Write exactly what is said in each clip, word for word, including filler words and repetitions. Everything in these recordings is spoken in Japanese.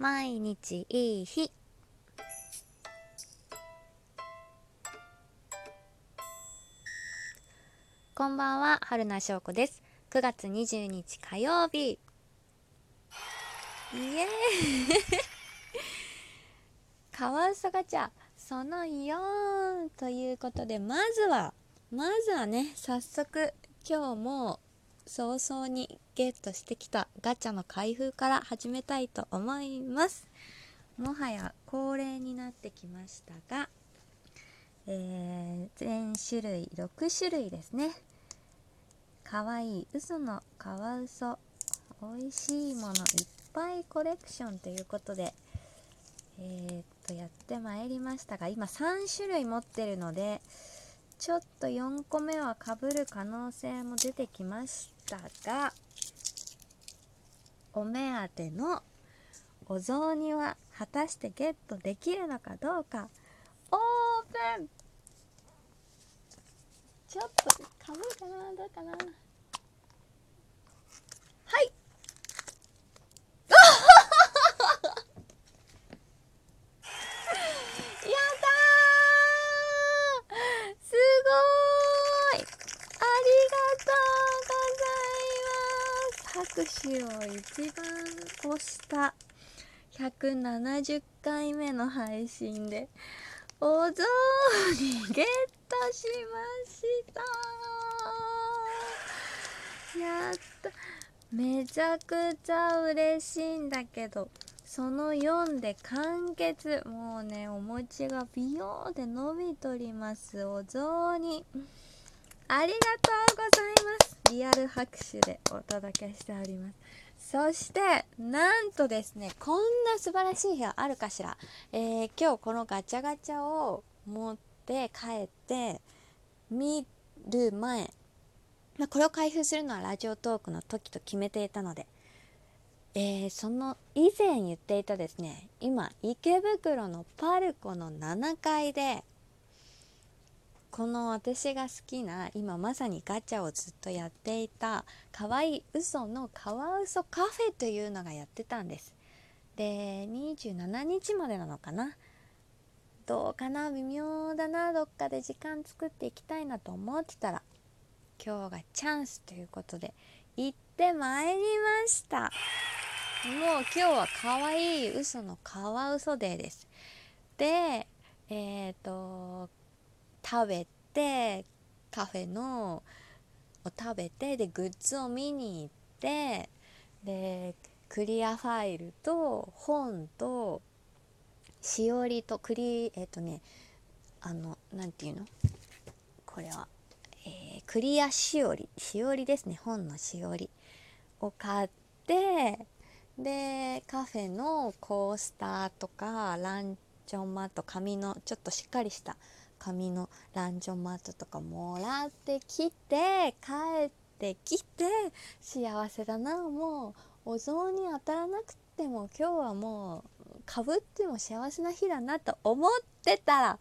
毎日いい日。こんばんは、春名翔子です。くがつにじゅうにち火曜日。イエーイカワウソガチャそのよんということで、まずはまずはね、早速今日も早々にゲットしてきたガチャの開封から始めたいと思います。もはや恒例になってきましたが、えー、全種類ろくしゅるいですね。かわいい嘘のカワウソ、おいしいものいっぱいコレクションということで、えー、っとやってまいりましたが、今さんしゅるい持ってるので、ちょっとよんこめはかぶる可能性も出てきましたが、お目当てのお雑煮は果たしてゲットできるのかどうか。オープン。ちょっとかぶるかな、どうかな。はい。やったー、すごーい、ありがとうございます。拍手を一番押したひゃくななじゅっかいめの配信でお雑煮ゲットしました。やった、めちゃくちゃ嬉しいんだけど、そのよんで完結。もうね、お餅がビヨーで伸びとります。お雑煮ありがとうございます。リアル拍手でお届けしております。そしてなんとですね、こんな素晴らしい日はあるかしら。えー、今日このガチャガチャを持って帰って見る前、まあ、これを開封するのはラジオトークの時と決めていたので、えー、その以前言っていたですね、今池袋のパルコのななかいで、この私が好きな、今まさにガチャをずっとやっていたかわいい嘘のカワウソカフェというのがやってたんです。で、にじゅうしちにちまでなのかな。どうかな、微妙だな、どっかで時間作っていきたいなと思ってたら、今日がチャンスということで行ってまいりました。もう今日はかわいい嘘のカワウソデーです。で、えっと食べて、カフェのを食べて、でグッズを見に行って、でクリアファイルと本としおりとクリえっ、とねあのなんていうのこれは、えー、クリアしおりしおりですね、本のしおりを買って、でカフェのコースターとかランチョンマット、紙のちょっとしっかりした紙のランチョンマットとかもらってきて、帰ってきて、幸せだな、もうお雑煮当たらなくても今日はもうかぶっても幸せな日だなと思ってたら、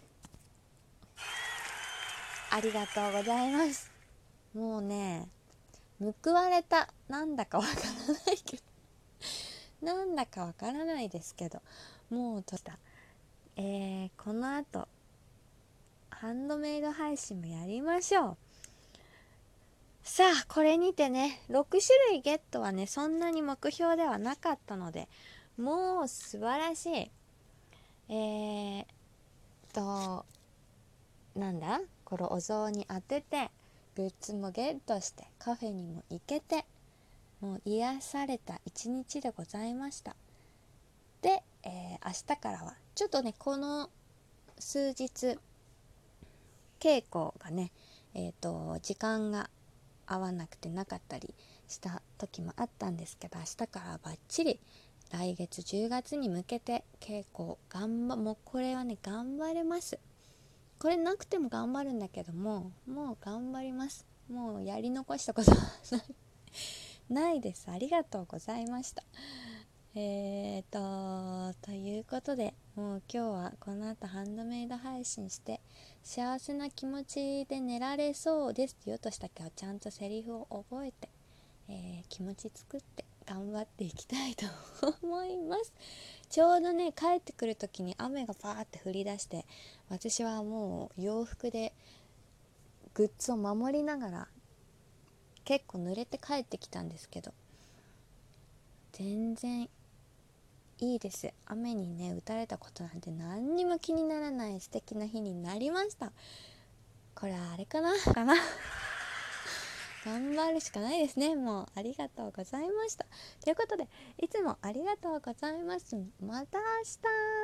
ありがとうございます。もうね、報われた、なんだかわからないけどなんだかわからないですけど、もうとった、えー、この後ハンドメイド配信もやりましょう。さあ、これにてね、ろくしゅるいゲットはね、そんなに目標ではなかったので、もう素晴らしい。えーっとなんだ、これお雑煮当てて、グッズもゲットして、カフェにも行けて、もう癒された一日でございました。で、えー、明日からはちょっとね、この数日稽古がね、えーと時間が合わなくてなかったりした時もあったんですけど、明日からバッチリ来月じゅうがつに向けて稽古頑張もうこれはね頑張れます。これなくても頑張るんだけども、もう頑張ります。もうやり残したことはないないです。ありがとうございました。えーとということで、もう今日はこの後ハンドメイド配信して幸せな気持ちで寝られそうですって言おうとしたけど、ちゃんとセリフを覚えて、えー、気持ち作って頑張っていきたいと思います。ちょうどね帰ってくる時に雨がバーって降り出して、私はもう洋服でグッズを守りながら結構濡れて帰ってきたんですけど、全然いいです。雨にね打たれたことなんて何にも気にならない素敵な日になりました。これはあれかなかな頑張るしかないですね。もうありがとうございました。ということで、いつもありがとうございます。また明日。